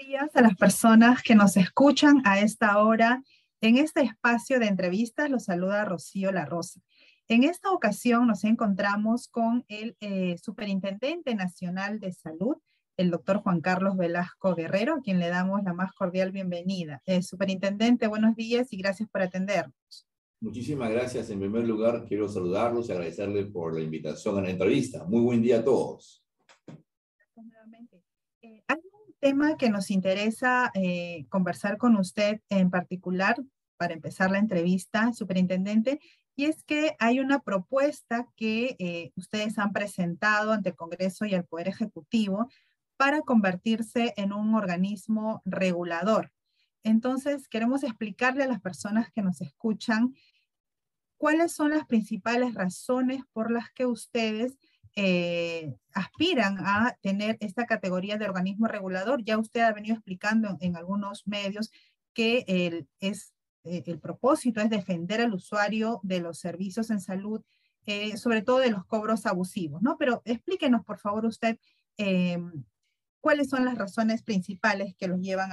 días a las personas que nos escuchan a esta hora. En este espacio de entrevistas los saluda Rocío La Rosa. En esta ocasión nos encontramos con el Superintendente Nacional de Salud, el doctor Juan Carlos Velasco Guerrero, a quien le damos la más cordial bienvenida. Superintendente, buenos días y gracias por atendernos. Muchísimas gracias. En primer lugar, quiero saludarlos y agradecerles por la invitación a la entrevista. Muy buen día a todos. Nuevamente. Hay un tema que nos interesa conversar con usted en particular para empezar la entrevista, superintendente, y es que hay una propuesta que ustedes han presentado ante el Congreso y el Poder Ejecutivo para convertirse en un organismo regulador. Entonces, queremos explicarle a las personas que nos escuchan cuáles son las principales razones por las que ustedes aspiran a tener esta categoría de organismo regulador. Ya usted ha venido explicando en algunos medios que el propósito es defender al usuario de los servicios en salud, sobre todo de los cobros abusivos, ¿no? Pero explíquenos, por favor, usted, cuáles son las razones principales que los llevan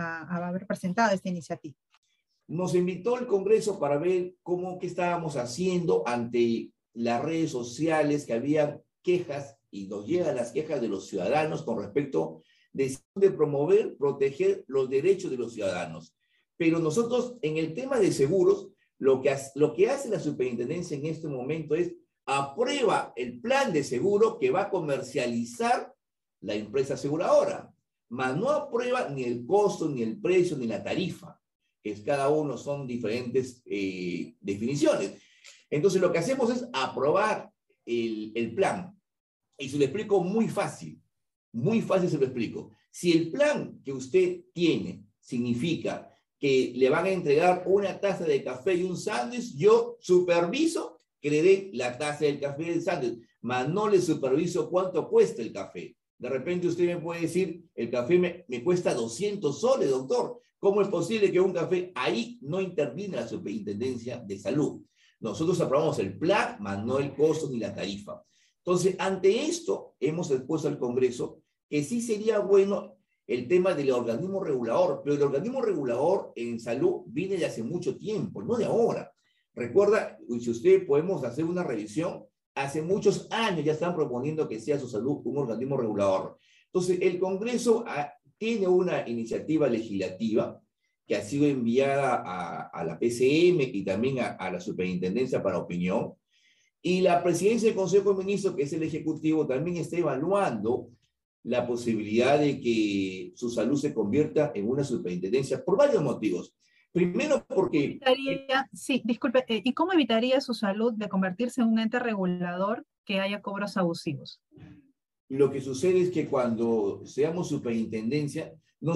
a haber presentado esta iniciativa. Nos invitó el Congreso para ver qué estábamos haciendo ante las redes sociales, que había quejas, y nos llegan las quejas de los ciudadanos con respecto de promover, proteger los derechos de los ciudadanos. Pero nosotros, en el tema de seguros, lo que hace la superintendencia en este momento es aprueba el plan de seguro que va a comercializar la empresa aseguradora, mas no aprueba ni el costo, ni el precio, ni la tarifa, que cada uno son diferentes definiciones. Entonces, lo que hacemos es aprobar el plan. Y se lo explico muy fácil se lo explico. Si el plan que usted tiene significa que le van a entregar una taza de café y un sándwich, yo superviso que le dé la taza del café y el sándwich, mas no le superviso cuánto cuesta el café. De repente usted me puede decir, el café me cuesta 200 soles, doctor. ¿Cómo es posible que un café? Ahí no interviene la Superintendencia de Salud. Nosotros aprobamos el plan, mas no el costo ni la tarifa. Entonces, ante esto, hemos expuesto al Congreso que sí sería bueno el tema del organismo regulador, pero el organismo regulador en salud viene de hace mucho tiempo, no de ahora. Recuerda, si usted podemos hacer una revisión, hace muchos años ya están proponiendo que sea su salud un organismo regulador. Entonces, el Congreso tiene una iniciativa legislativa que ha sido enviada a la PCM y también a la Superintendencia para opinión. Y la Presidencia del Consejo de Ministros, que es el Ejecutivo, también está evaluando la posibilidad de que su salud se convierta en una superintendencia por varios motivos. Primero, porque... Sí, disculpe, ¿y cómo evitaría su salud de convertirse en un ente regulador que haya cobros abusivos? Lo que sucede es que cuando seamos superintendencia,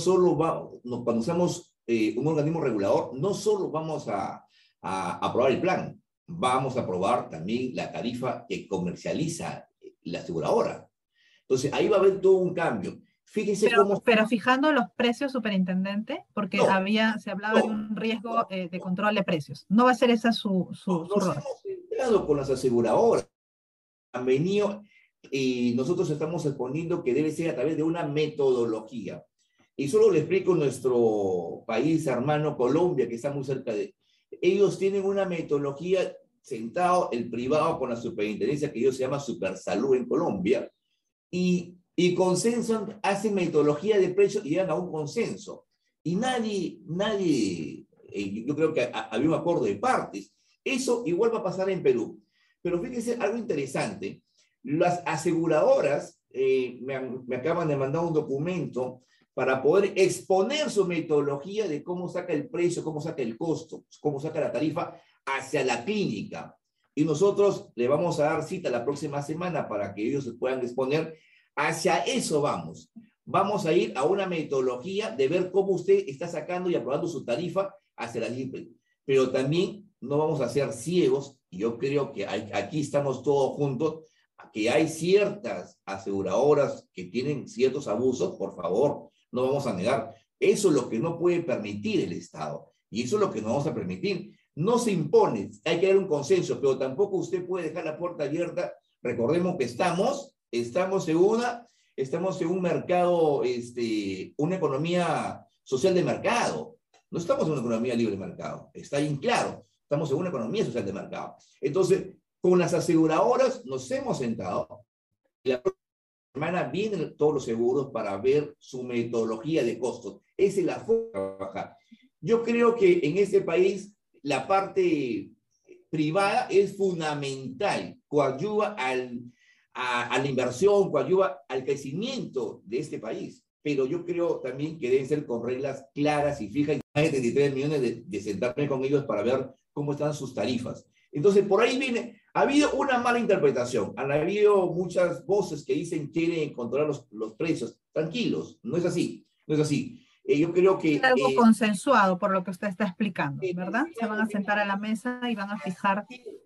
cuando seamos un organismo regulador, no solo vamos a aprobar el plan, vamos a aprobar también la tarifa que comercializa la aseguradora. Entonces, ahí va a haber todo un cambio. Fíjense cómo... Pero fijando los precios, superintendente, porque se hablaba de un riesgo de control de precios. ¿No va a ser esa su rol? Nos hemos entrado con las aseguradoras. Han venido y nosotros estamos exponiendo que debe ser a través de una metodología. Y solo le explico nuestro país hermano Colombia, que está muy cerca de... Ellos tienen una metodología sentado el privado con la superintendencia que ellos se llama Supersalud en Colombia y consensan, hacen metodología de precios y llegan a un consenso. Y nadie, yo creo que había un acuerdo de partes. Eso igual va a pasar en Perú. Pero fíjense algo interesante. Las aseguradoras me acaban de mandar un documento para poder exponer su metodología de cómo saca el precio, cómo saca el costo, cómo saca la tarifa hacia la clínica. Y nosotros le vamos a dar cita la próxima semana para que ellos se puedan exponer. Hacia eso vamos. Vamos a ir a una metodología de ver cómo usted está sacando y aprobando su tarifa hacia la libre. Pero también no vamos a ser ciegos, y yo creo que aquí estamos todos juntos, que hay ciertas aseguradoras que tienen ciertos abusos, por favor, no vamos a negar. Eso es lo que no puede permitir el Estado. Y eso es lo que no vamos a permitir. No se impone, hay que dar un consenso, pero tampoco usted puede dejar la puerta abierta. Recordemos que estamos en una estamos en un mercado, una economía social de mercado. No estamos en una economía libre de mercado, está bien claro. Estamos en una economía social de mercado. Entonces, con las aseguradoras nos hemos sentado. La semana vienen todos los seguros para ver su metodología de costos. Esa es la forma de trabajar. Yo creo que en este país la parte privada es fundamental, coadyuva a la inversión, coadyuva al crecimiento de este país. Pero yo creo también que deben ser con reglas claras y fijas. Hay 33 millones de sentarme con ellos para ver cómo están sus tarifas. Entonces, por ahí viene, ha habido una mala interpretación, han habido muchas voces que dicen quieren controlar los precios. Tranquilos, no es así, no es así. Yo creo que... Algo consensuado por lo que usted está explicando, el ¿verdad? Se van a sentar a la mesa y van a fijar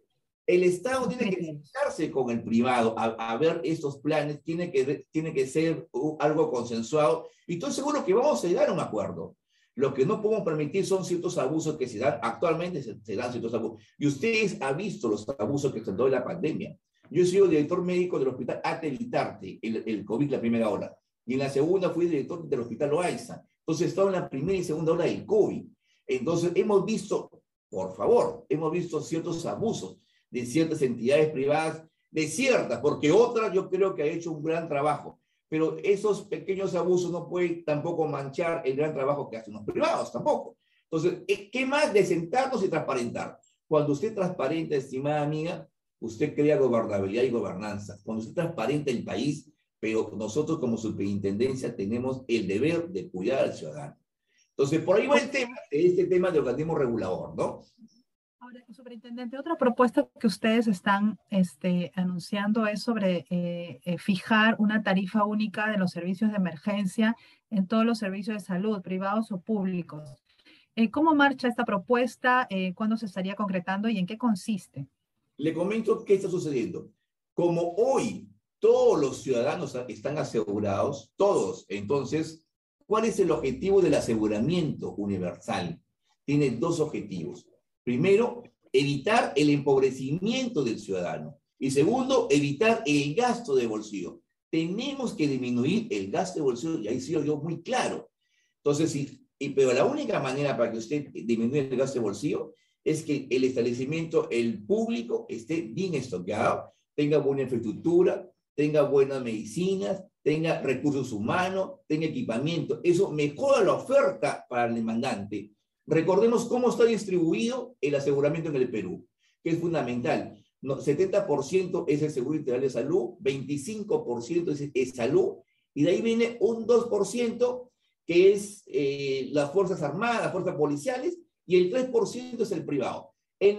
el Estado los tiene que criterios. sentarse con el privado a ver estos planes, tiene que ser algo consensuado y estoy seguro que vamos a llegar a un acuerdo. Lo que no podemos permitir son ciertos abusos que se dan, actualmente se dan ciertos abusos. Y ustedes han visto los abusos que se dan en la pandemia. Yo he sido director médico del hospital Ate Vitarte, el COVID la primera ola, y en la segunda fui director del hospital Loaiza. Entonces he estado en la primera y segunda ola del COVID. Entonces hemos visto, por favor, hemos visto ciertos abusos de ciertas entidades privadas, de ciertas, porque otras yo creo que ha hecho un gran trabajo, pero esos pequeños abusos no pueden tampoco manchar el gran trabajo que hacen los privados, tampoco. Entonces, ¿qué más de sentarnos y transparentar? Cuando usted transparenta, estimada amiga, usted crea gobernabilidad y gobernanza. Cuando usted transparenta el país, pero nosotros como superintendencia tenemos el deber de cuidar al ciudadano. Entonces, por ahí va el tema, este tema de organismo regulador, ¿no? Ahora, superintendente, otra propuesta que ustedes están anunciando es sobre fijar una tarifa única de los servicios de emergencia en todos los servicios de salud, privados o públicos. ¿Cómo marcha esta propuesta? ¿Cuándo se estaría concretando y en qué consiste? Le comento qué está sucediendo. Como hoy todos los ciudadanos están asegurados, todos, entonces, ¿cuál es el objetivo del aseguramiento universal? Tiene dos objetivos. Primero, evitar el empobrecimiento del ciudadano. Y segundo, evitar el gasto de bolsillo. Tenemos que disminuir el gasto de bolsillo, y ahí sí yo muy claro. Entonces, pero la única manera para que usted disminuya el gasto de bolsillo es que el establecimiento, el público, esté bien estoqueado, tenga buena infraestructura, tenga buenas medicinas, tenga recursos humanos, tenga equipamiento. Eso mejora la oferta para el demandante. Recordemos cómo está distribuido el aseguramiento en el Perú, que es fundamental. 70% es el Seguro Integral de Salud, 25% es salud, y de ahí viene un 2% que es las Fuerzas Armadas, las Fuerzas Policiales, y el 3% es el privado. El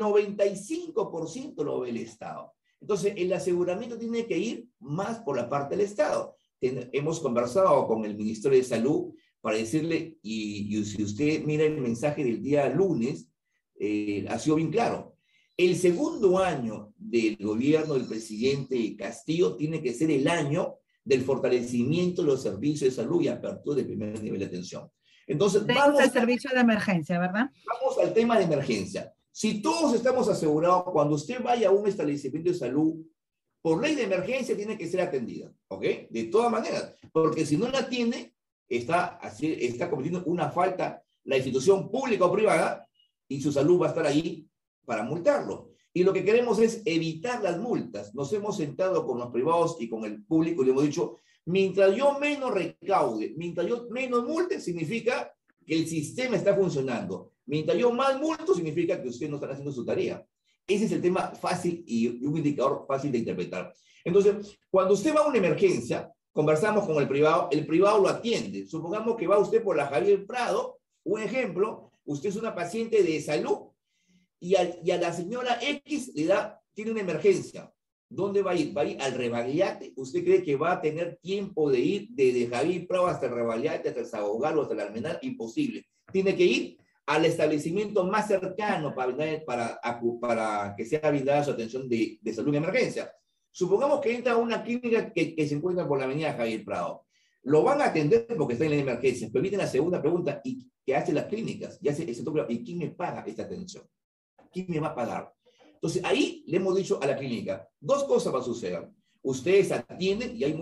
95% lo ve el Estado. Entonces, el aseguramiento tiene que ir más por la parte del Estado. Hemos conversado con el Ministerio de Salud para decirle, y si usted mira el mensaje del día lunes, ha sido bien claro. El segundo año del gobierno del presidente Castillo tiene que ser el año del fortalecimiento de los servicios de salud y apertura del primer nivel de atención. Entonces, vamos al servicio de emergencia, ¿verdad? Vamos al tema de emergencia. Si todos estamos asegurados, cuando usted vaya a un establecimiento de salud, por ley de emergencia tiene que ser atendida, ¿ok? De todas maneras, porque si no la atiende, está cometiendo una falta la institución pública o privada y su salud va a estar ahí para multarlo. Y lo que queremos es evitar las multas. Nos hemos sentado con los privados y con el público y le hemos dicho, mientras yo menos recaude, mientras yo menos multe, significa que el sistema está funcionando. Mientras yo más multo, significa que usted no está haciendo su tarea. Ese es el tema fácil y un indicador fácil de interpretar. Entonces, cuando usted va a una emergencia, conversamos con el privado lo atiende. Supongamos que va usted por la Javier Prado, un ejemplo, usted es una paciente de salud y a la señora X tiene una emergencia. ¿Dónde va a ir? ¿Va a ir al Rebagliate? ¿Usted cree que va a tener tiempo de ir desde Javier Prado hasta el Rebagliate, hasta el Sabogal o hasta el Almenar? Imposible. Tiene que ir al establecimiento más cercano para que sea brindada su atención de salud en emergencia. Supongamos que entra a una clínica que se encuentra por la avenida Javier Prado. Lo van a atender porque está en la emergencia. Permiten la segunda pregunta, ¿y qué hacen las clínicas? ¿Y quién me paga esta atención? ¿Quién me va a pagar? Entonces, ahí le hemos dicho a la clínica, dos cosas van a suceder. Ustedes atienden y hay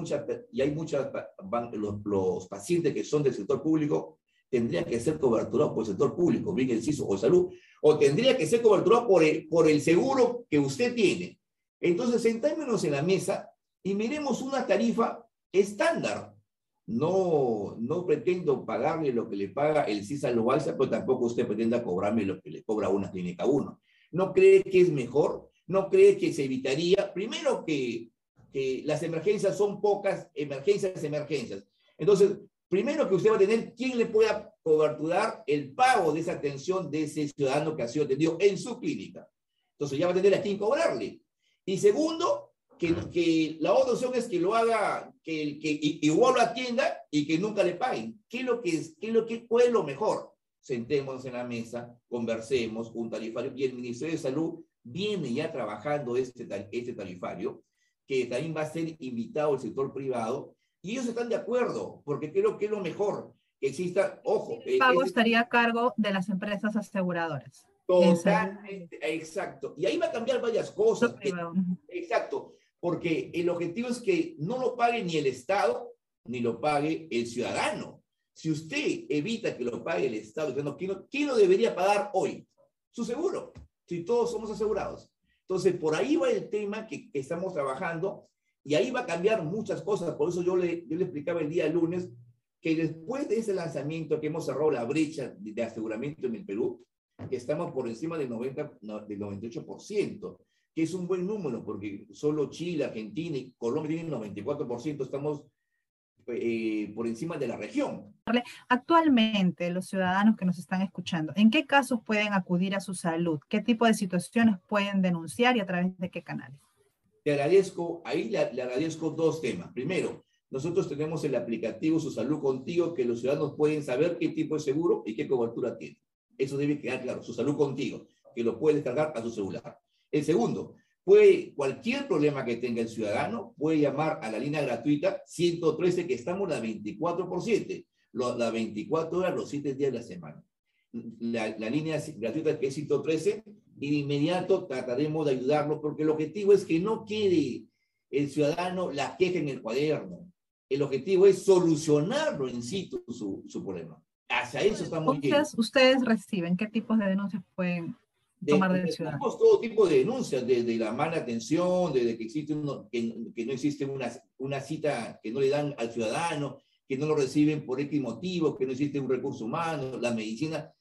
los pacientes que son del sector público tendrían que ser coberturados por el sector público, bien el CISO o salud, o tendría que ser coberturados por el seguro que usted tiene. Entonces, sentémonos en la mesa y miremos una tarifa estándar. No pretendo pagarle lo que le paga el CISA o Balsa, pero tampoco usted pretenda cobrarme lo que le cobra una clínica 1. ¿No cree que es mejor? ¿No cree que se evitaría? Primero que las emergencias son pocas, emergencias. Entonces, primero que usted va a tener quien le pueda coberturar el pago de esa atención de ese ciudadano que ha sido atendido en su clínica. Entonces ya va a tener a quien cobrarle. Y segundo, que la otra opción es que lo haga, que igual lo atienda y que nunca le paguen. ¿Cuál es lo mejor? Sentémonos en la mesa, conversemos, un tarifario, y el Ministerio de Salud viene ya trabajando este tarifario, que también va a ser invitado al sector privado, y ellos están de acuerdo, porque creo que es lo mejor, que exista, ojo. El pago estaría a cargo de las empresas aseguradoras. Totalmente, exacto. Y ahí va a cambiar varias cosas. Exacto, porque el objetivo es que no lo pague ni el Estado, ni lo pague el ciudadano. Si usted evita que lo pague el Estado, ¿quién lo debería pagar hoy? Su seguro, si todos somos asegurados. Entonces, por ahí va el tema que estamos trabajando, y ahí va a cambiar muchas cosas. Por eso yo le explicaba el día lunes que después de ese lanzamiento que hemos cerrado la brecha de aseguramiento en el Perú, que estamos por encima del 98%, que es un buen número, porque solo Chile, Argentina y Colombia tienen 94%, estamos por encima de la región. Actualmente, los ciudadanos que nos están escuchando, ¿en qué casos pueden acudir a su salud? ¿Qué tipo de situaciones pueden denunciar y a través de qué canales? Te agradezco, ahí le agradezco dos temas. Primero, nosotros tenemos el aplicativo Su Salud Contigo, que los ciudadanos pueden saber qué tipo de seguro y qué cobertura tiene. Eso debe quedar claro, Su Salud Contigo, que lo puede descargar a su celular. El segundo, cualquier problema que tenga el ciudadano, puede llamar a la línea gratuita 113, que estamos las 24/7, las 24 horas, los 7 días de la semana. La línea gratuita que es 113, y de inmediato trataremos de ayudarlo, porque el objetivo es que no quede el ciudadano la queja en el cuaderno. El objetivo es solucionarlo en situ su problema. Hacia eso estamos yendo. ¿Ustedes reciben? ¿Qué tipos de denuncias pueden tomar del ciudadano? Tenemos todo tipo de denuncias, desde la mala atención, desde que que no existe una cita que no le dan al ciudadano, que no lo reciben por X motivo, que no existe un recurso humano, la medicina.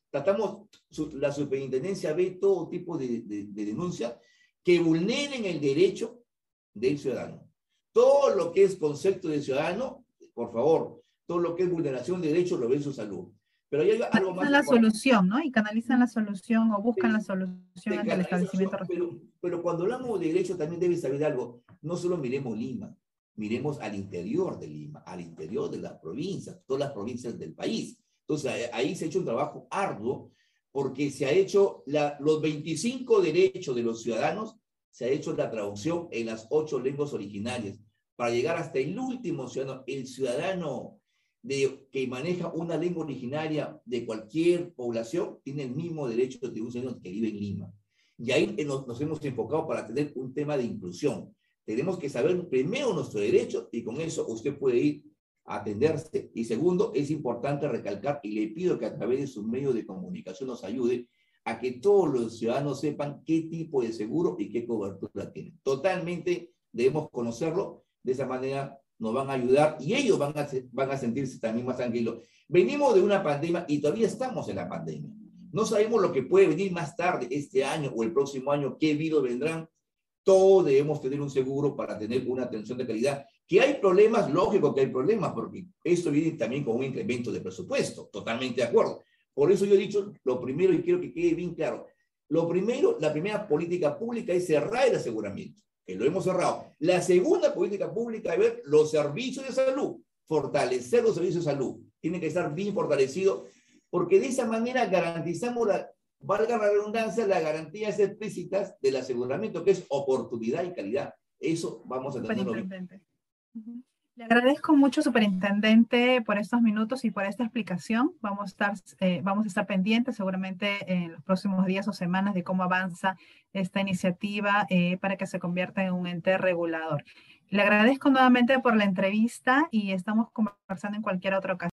La superintendencia ve todo tipo de denuncias que vulneren el derecho del ciudadano. Todo lo que es concepto de ciudadano, por favor, todo lo que es vulneración de derechos lo ve en su salud. Pero hay algo más. La solución, ¿no? Y canalizan la solución o buscan la solución ante el establecimiento. Pero cuando hablamos de derecho también debe saber algo. No solo miremos Lima, miremos al interior de Lima, al interior de las provincias, todas las provincias del país. Entonces ahí se ha hecho un trabajo arduo, porque se ha hecho los 25 derechos de los ciudadanos, se ha hecho la traducción en las 8 lenguas originarias, para llegar hasta el último ciudadano, el ciudadano que maneja una lengua originaria de cualquier población, tiene el mismo derecho de un ciudadano que vive en Lima. Y ahí nos hemos enfocado para tener un tema de inclusión. Tenemos que saber primero nuestro derecho, y con eso usted puede ir a atenderse. Y segundo, es importante recalcar, y le pido que a través de sus medios de comunicación nos ayude a que todos los ciudadanos sepan qué tipo de seguro y qué cobertura tienen. Totalmente debemos conocerlo. De esa manera nos van a ayudar y ellos van a sentirse también más tranquilos. Venimos de una pandemia y todavía estamos en la pandemia. No sabemos lo que puede venir más tarde, este año o el próximo año, qué virus vendrán. Todos debemos tener un seguro para tener una atención de calidad. Que hay problemas, lógico que hay problemas, porque esto viene también con un incremento de presupuesto. Totalmente de acuerdo. Por eso yo he dicho lo primero, y quiero que quede bien claro. Lo primero, la primera política pública es cerrar el aseguramiento, que lo hemos cerrado. La segunda política pública es ver los servicios de salud, fortalecer los servicios de salud. Tienen que estar bien fortalecidos, porque de esa manera garantizamos valga la redundancia, las garantías explícitas del aseguramiento, que es oportunidad y calidad. Eso vamos a tenerlo bien. Le agradezco mucho, superintendente, por estos minutos y por esta explicación. Vamos a estar pendientes seguramente en los próximos días o semanas de cómo avanza esta iniciativa para que se convierta en un ente regulador. Le agradezco nuevamente por la entrevista y estamos conversando en cualquier otra ocasión.